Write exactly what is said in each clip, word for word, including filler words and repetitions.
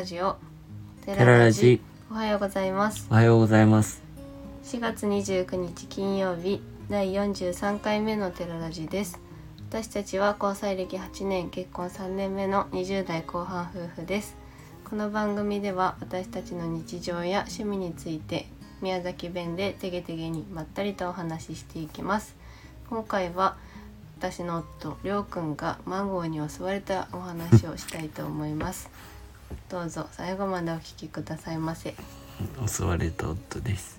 ラジオテララジ。 おはようございます。 おはようございます。 しがつにじゅうくにち金曜日、だいよんじゅうさんかいめのテララジです。私たちは交際歴はちねん、結婚さんねんめのにじゅうだいこう半夫婦です。この番組では私たちの日常や趣味について宮崎弁でてげてげにまったりとお話ししていきます。今回は私の夫りょうくんがマンゴーに襲われたお話をしたいと思います。どうぞ最後までお聞きくださいませ。 襲われた夫です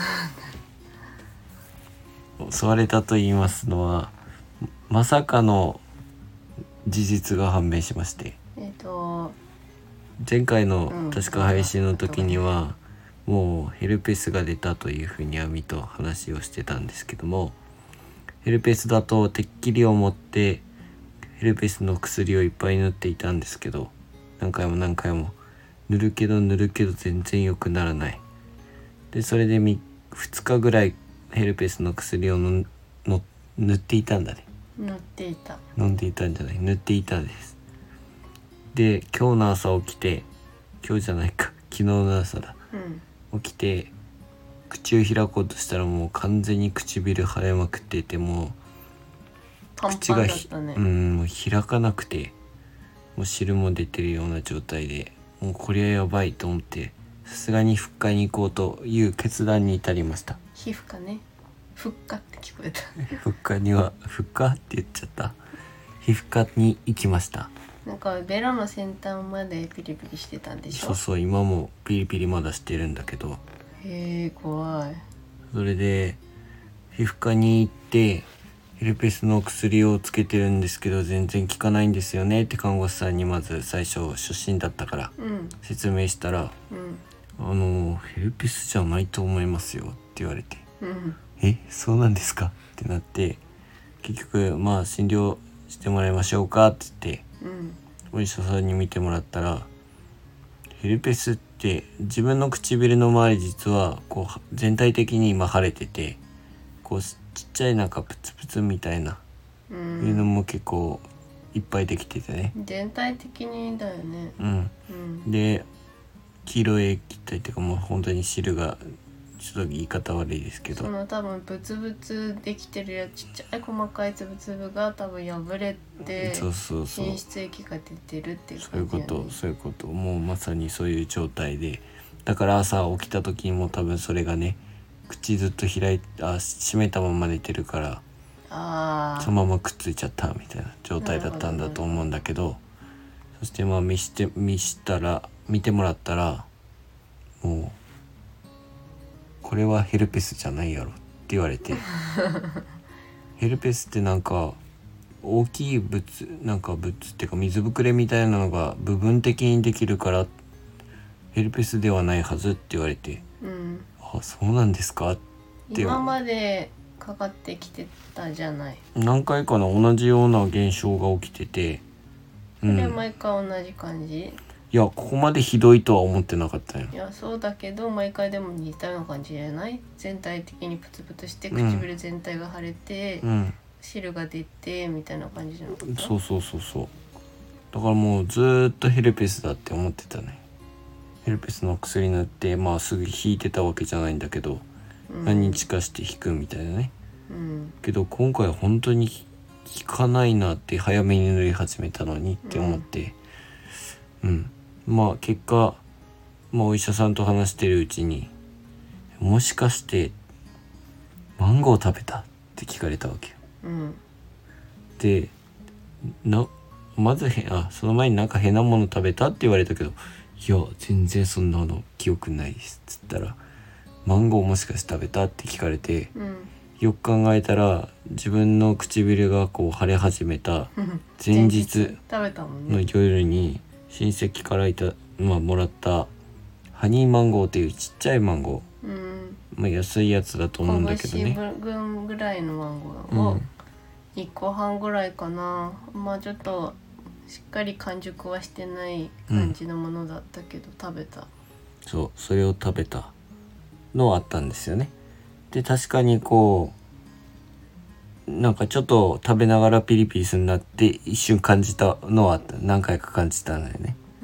襲われたと言いますのはまさかの事実が判明しまして、 えっと前回のうん確か配信の時にはもうヘルペスが出たというふうに網と話をしてたんですけども、ヘルペスだとてっきり思ってヘルペスの薬をいっぱい塗っていたんですけど、何回も何回も塗るけど塗るけど全然良くならない。でそれでふつかぐらいヘルペスの薬をのの塗っていたんだね塗っていた飲んでいたんじゃない塗っていたです。で今日の朝起きて今日じゃないか昨日の朝だ、 うん、 起きて口を開こうとしたらもう完全に唇腫れまくっていて、もうパン口がパンだったね。 うんもう開かなくて、もう汁も出てるような状態で、もうこれはやばいと思ってさすがに復活に行こうという決断に至りました。 皮膚科ね、復活って聞こえた復活には復活って言っちゃった。皮膚科に行きました。 なんかベロの先端までピリピリしてたんでしょ。 そうそう、今もピリピリまだしてるんだけど、 へえ怖い。 それで皮膚科に行ってヘルペスの薬をつけてるんですけど全然効かないんですよねって看護師さんにまず最初初診だったからうん説明したら、 うんあのヘルペスじゃないと思いますよって言われて、 うんえそうなんですかってなって、結局まあ診療してもらいましょうかって言ってうんお医者さんに見てもらったら、ヘルペスって自分の唇の周り実はこう全体的に今腫れてて、こうちっちゃいなんかプツプツみたいなういうのも結構いっぱいできててね、 全体的にだよね。 うんうんで黄色い液体っていうかもう本当に汁がちょっと言い方悪いですけど、 その多分ブツブツできてるやちっちゃい細かいつぶつぶが多分破れてそうそうそう滲出液が出てるっていうそういう感じやね。 ことそういうこともうまさにそういう状態で、だから朝起きた時にも多分それがね、口ずっと開いあ閉めたまま寝てるからああそのままくっついちゃったみたいな状態だったんだと思うんだけど、そしてまあ見して見したら見てもらったら、もうこれはヘルペスじゃないやろって言われてヘルペスってなんか大きい物なんか物っていうか水ぶくれみたいなのが部分的にできるからヘルペスではないはずって言われて、 うん、 あそうなんですかって今までかかってきてたじゃない。 何回かの同じような現象が起きてて、 それ毎回同じ感じ、 いやここまでひどいとは思ってなかったよ。 いやそうだけど毎回でも似たような感じじゃない？全体的にプツプツして唇全体が腫れて、 うん、 汁が出てみたいな感じじゃなかった？ そうそうそうそう、だからもうずーっとヘルペスだって思ってたね。ヘルペスの薬塗ってまあすぐ引いてたわけじゃないんだけど、うん、何日かして引くみたいなね、うん、けど今回本当に効かないなって早めに塗り始めたのにって思って、うん、うん、まあ結果、まあ、お医者さんと話してるうちにもしかしてマンゴー食べたって聞かれたわけよ、うん、でなまずへあその前になんか変なもの食べたって言われたけど、いや全然そんなの記憶ないですっつったら、マンゴーもしかして食べたって聞かれて、うん、よく考えたら自分の唇がこう腫れ始めた前日の夜に親戚からいた、まあ、もらったハニーマンゴーっていうちっちゃいマンゴー、うん、まあ、安いやつだと思うんだけどね、 拳ぐらいのマンゴーをいっこはんぐらいかな、まあちょっとしっかり完熟はしてない感じのものだったけど、うん、食べた。 そうそれを食べたのはあったんですよね。で確かにこうなんかちょっと食べながらピリピリするなって一瞬感じたのはあった。何回か感じたんだよね、うん、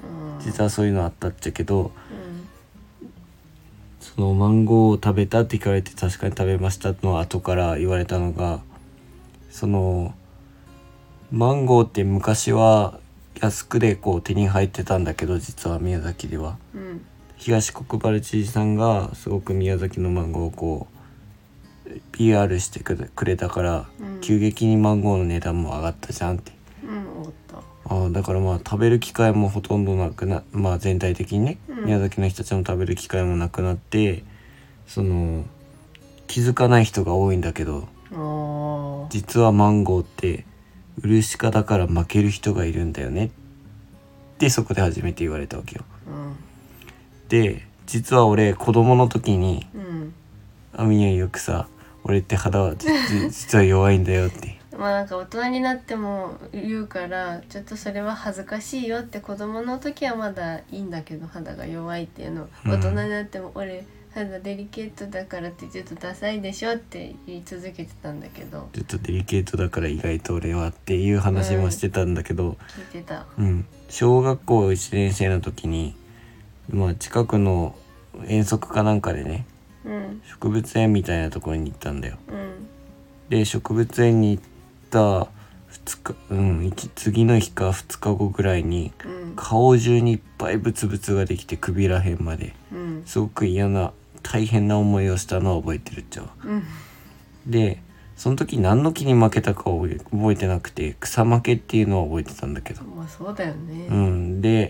実はそういうのあったっちゃけど、 うん、 そのマンゴーを食べたって聞かれて確かに食べましたの後から言われたのが、そのマンゴーって昔は安くでこう手に入ってたんだけど、実は宮崎では、 うん、 東国原知事さんがすごく宮崎のマンゴーをこう ピーアール してくれたから、 うん、 急激にマンゴーの値段も上がったじゃんって。 うん、思った。 あだからまあ食べる機会もほとんどなくな、まあ全体的にね、 うん、 宮崎の人たちも食べる機会もなくなって、その気づかない人が多いんだけど、実はマンゴーってウルシカだから負ける人がいるんだよねってそこで初めて言われたわけよ。 うん、 で実は俺子供の時に、 うん、 アミにはよくさ、俺って肌は実は弱いんだよってまあなんか大人になっても言うから、ちょっとそれは恥ずかしいよって。子供の時はまだいいんだけど、肌が弱いっていうの、 うん、 大人になっても俺肌デリケートだからってちょっとダサいでしょって言い続けてたんだけど、 ちょっとデリケートだから意外と俺はっていう話もしてたんだけど、 聞いてた。 うん、小学校いちねん生の時に、まあ、近くの遠足かなんかでね、 うん、 植物園みたいなところに行ったんだよ。 うん、 で植物園に行ったふつか、うん、次の日かふつかごぐらいに、 うん、 顔中にいっぱいブツブツができて首らへんまで、 うん、 すごく嫌な大変な思いをしたのを覚えてるっちゃう。 うん、 でその時何の木に負けたかを覚えてなくて、草負けっていうのを覚えてたんだけど、 まあそうだよね。 うん、で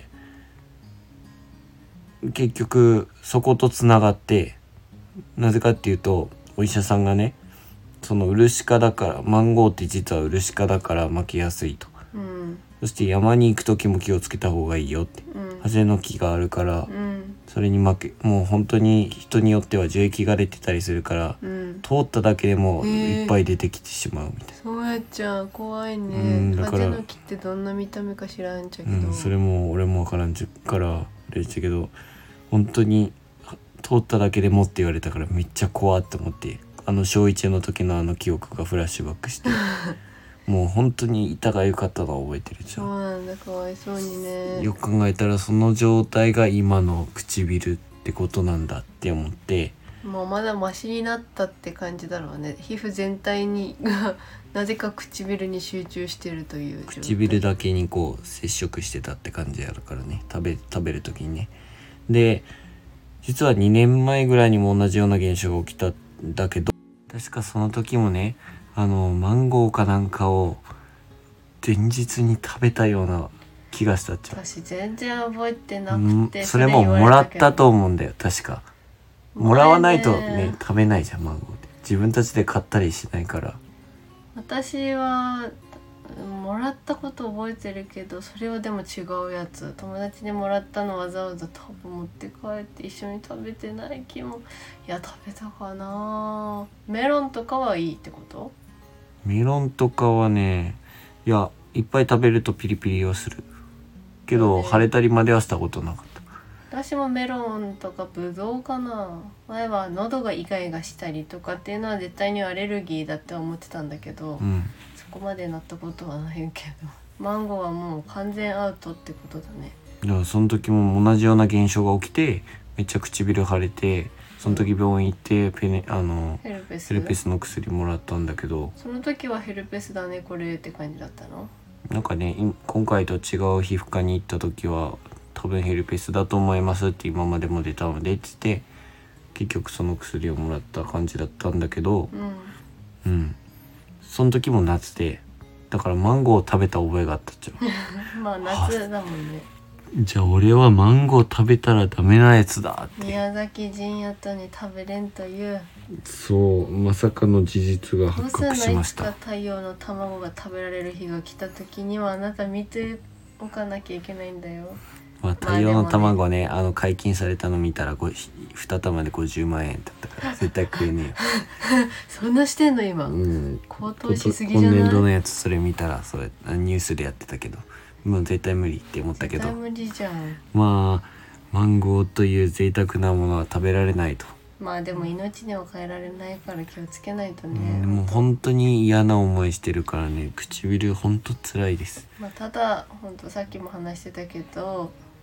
結局そことつながって、なぜかっていうとお医者さんがね、そのウルシ科だから、マンゴーって実はウルシ科だから負けやすいと、 うん、 そして山に行く時も気をつけた方がいいよって、 うん、 ハゼの木があるから、 うん、 それに負け、もう本当に人によっては樹液が出てたりするから、 うん、 通っただけでもいっぱい出てきてしまうみたいな。 そうやっちゃう、怖いね。 うん、だからハゼの木ってどんな見た目か知らんちゃけど、 うん、それも俺も分からんちゅからあれしたけど、本当に通っただけでもって言われたからめっちゃ怖って思って、あの小一の時のあの記憶がフラッシュバックしてもう本当に痛がゆかったのを覚えてるじゃん。 そうなんだ、かわいそうにね。 よく考えたらその状態が今の唇ってことなんだって思って、 もうまだマシになったって感じだろうね。皮膚全体にがなぜか唇に集中してるという状態。 唇だけにこう接触してたって感じやるからね、食べ食べる時にね。で実はにねんまえぐらいにも同じような現象が起きたんだけど、確かその時もね、あのマンゴーかなんかを前日に食べたような気がしたっちゃう。 私全然覚えてなくて、 うん、それももらったと思うんだよ確か。もらわないとね食べないじゃんマンゴーって。自分たちで買ったりしないから。 私はもらったこと覚えてるけど、それはでも違うやつ。友達にもらったのわざわざ多分持って帰って一緒に食べてない気も。いや食べたかな。メロンとかはいいってこと？ メロンとかはね、いやいっぱい食べるとピリピリはするけど、 ね、 腫れたりまではしたことなかった。 私もメロンとかブドウかな。前は喉がイガイガしたりとかっていうのは絶対にアレルギーだって思ってたんだけど、 うん、 そこまでなったことはないけど、マンゴーはもう完全アウトってことだね。 だからその時も同じような現象が起きてめっちゃ唇腫れて、その時病院行ってペネあのヘルペスヘルペスの薬もらったんだけど、 その時はヘルペスだねこれって感じだったの？ なんかね今回と違う皮膚科に行った時は多分ヘルペスだと思いますって今までも出たのでって言って結局その薬をもらった感じだったんだけど、 うん、 うん、その時も夏で、だからマンゴーを食べた覚えがあったっちゃうまあ夏だもんね。 じゃあ俺はマンゴー食べたらダメなやつだって。 宮崎人やとに食べれんという、 そうまさかの事実が発覚しました。 どうすんのいつか太陽の卵が食べられる日が来た時にはあなた見ておかなきゃいけないんだよ。 まあ、太陽の卵ね、あの解禁されたの見たらに玉でごじゅうまんえんだったから絶対食えねえよそんなしてんの今、 うん、 高騰しすぎじゃない？ 今年度のやつそれ見たらそれニュースでやってたけど、もう絶対無理って思ったけど、 絶対無理じゃん。 まあマンゴーという贅沢なものは食べられないと。 まあでも命には変えられないから気をつけないとね、 うん、もう本当に嫌な思いしてるからね、唇本当辛いです。 まあ、ただ本当さっきも話してたけど、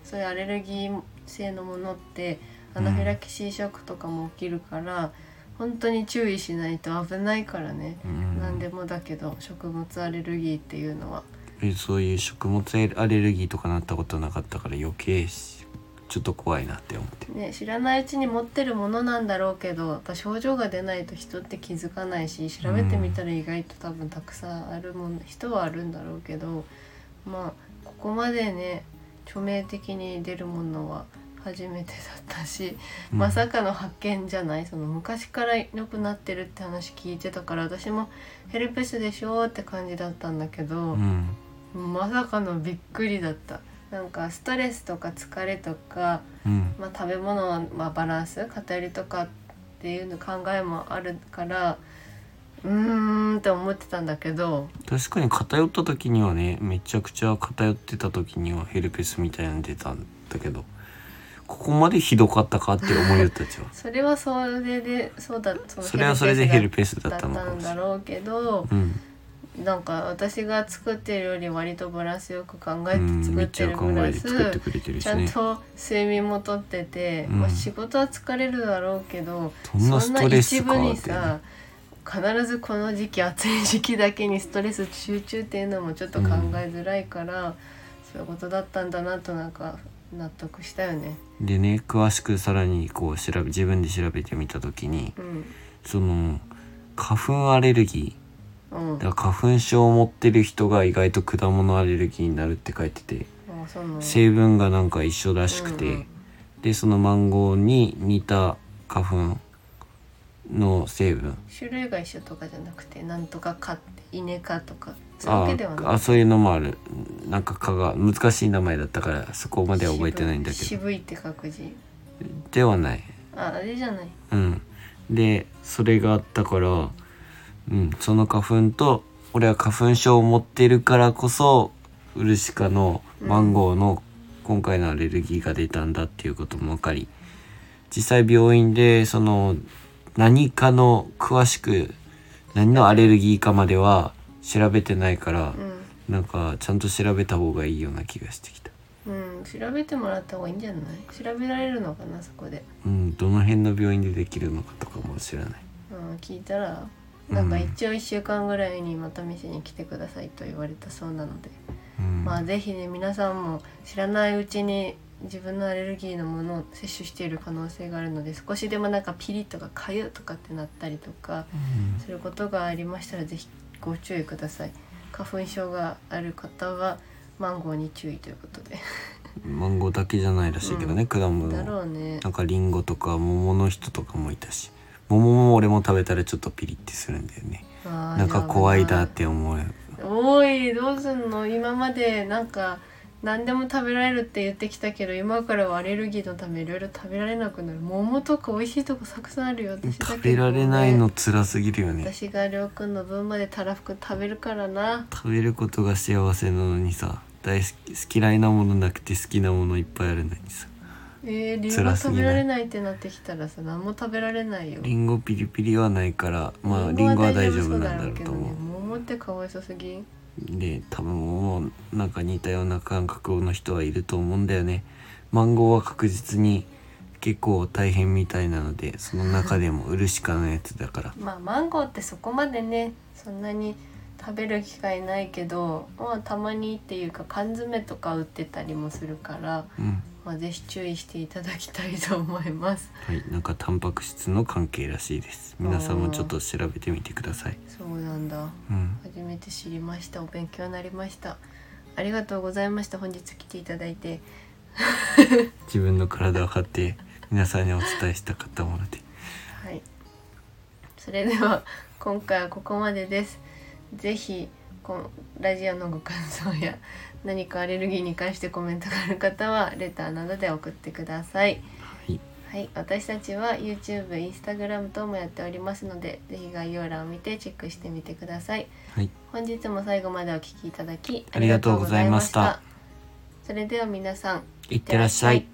そういうアレルギー性のものってアナフィラキシーショックとかも起きるから、うん、本当に注意しないと危ないからね、うん、何でもだけど食物アレルギーっていうのはえそういう食物アレルギーとかなったことなかったから余計ちょっと怖いなって思って、 ね、知らないうちに持ってるものなんだろうけどやっぱ症状が出ないと人って気づかないし調べてみたら意外と多分たくさんあるもん、人はあるんだろうけどまあここまでね著名的に出るものは初めてだったし、うん、まさかの発見じゃない。その昔から良くなってるって話聞いてたから私もヘルペスでしょって感じだったんだけど、うん、まさかのびっくりだった。なんかストレスとか疲れとか、うんまあ、食べ物の、まあ、バランス偏りとかっていうの考えもあるからうーんって思ってたんだけど、 確かに偏った時にはねめちゃくちゃ偏ってた時にはヘルペスみたいなの出たんだけどここまでひどかったかって思いよったちはそれはそれでそうだ そ, それはそれでヘルペスだったのかもしれないだろうけど、うんなんか私が作ってるより割とバランスよく考えて作ってるプラス、ね、ちゃんと睡眠もとってて、うんまあ、仕事は疲れるだろうけどそんなストレスかそんな一部にさ必ずこの時期暑い時期だけにストレス集中っていうのもちょっと考えづらいから、うん、そういうことだったんだなとなんか納得したよね。 でね詳しくさらにこう調べ自分で調べてみた時に、うん、その花粉アレルギーうん、だから花粉症を持ってる人が意外と果物アレルギーになるって書いててあそうなん成分がなんか一緒らしくて、うんうん、でそのマンゴーに似た花粉の成分種類が一緒とかじゃなくてなんとか科って稲科とかそういうわけではない。 ああそういうのもある。なんか科が難しい名前だったからそこまでは覚えてないんだけど渋いって書く字ではない。 ああれじゃない。 うんでそれがあったからうん、その花粉と俺は花粉症を持ってるからこそウルシカのマンゴーの今回のアレルギーが出たんだっていうことも分かり実際病院でその何かの詳しく何のアレルギーかまでは調べてないから、うん、なんかちゃんと調べた方がいいような気がしてきた。 うん調べてもらった方がいいんじゃない。調べられるのかなそこで。 うんどの辺の病院でできるのかとかも知らない。 うん聞いたらなんか一応いっしゅうかんぐらいにまた店に来てくださいと言われたそうなので、うん、まあぜひね皆さんも知らないうちに自分のアレルギーのものを摂取している可能性があるので少しでもなんかピリッとかかゆとかってなったりとかすることがありましたらぜひご注意ください。花粉症がある方はマンゴーに注意ということでマンゴーだけじゃないらしいけどね、うん、果物だろうね。 なんかリンゴとか桃の人とかもいたし桃も俺も食べたらちょっとピリってするんだよね。なんか怖いだって思う。 おいどうすんの。今までなんか何でも食べられるって言ってきたけど今からはアレルギーのためいろいろ食べられなくなる。桃とか美味しいとこたくさんあるよ。私だけ、ね、 食べられないの辛すぎるよね。 私がりょうくんの分までたらふく食べるからな。 食べることが幸せなのにさ大好き嫌いなものなくて好きなものいっぱいあるのにさえー、リンゴ食べられないってなってきたらさ何も食べられないよ。 リンゴピリピリはないからまあリンゴは大丈夫なんだろうと思う。 ね、桃ってかわいそすぎん。 で多分もうなんか似たような感覚の人はいると思うんだよね。マンゴーは確実に結構大変みたいなのでその中でもウルシカのやつだからまあマンゴーってそこまでねそんなに食べる機会ないけど、まあ、たまにっていうか缶詰とか売ってたりもするから、うんまあ、ぜひ注意していただきたいと思います。 はい、なんかタンパク質の関係らしいです。皆さんもちょっと調べてみてください。 そうなんだ、うん、初めて知りました。お勉強になりました。ありがとうございました。本日来ていただいて自分の体を張って皆さんにお伝えしたかったものではい、それでは今回はここまでです。ぜひこのラジオのご感想や何かアレルギーに関してコメントがある方はレターなどで送ってください。はい、はい、私たちは YouTube、Instagram 等もやっておりますのでぜひ概要欄を見てチェックしてみてください。はい、本日も最後までお聞きいただきありがとうございました。それでは皆さんいってらっしゃい。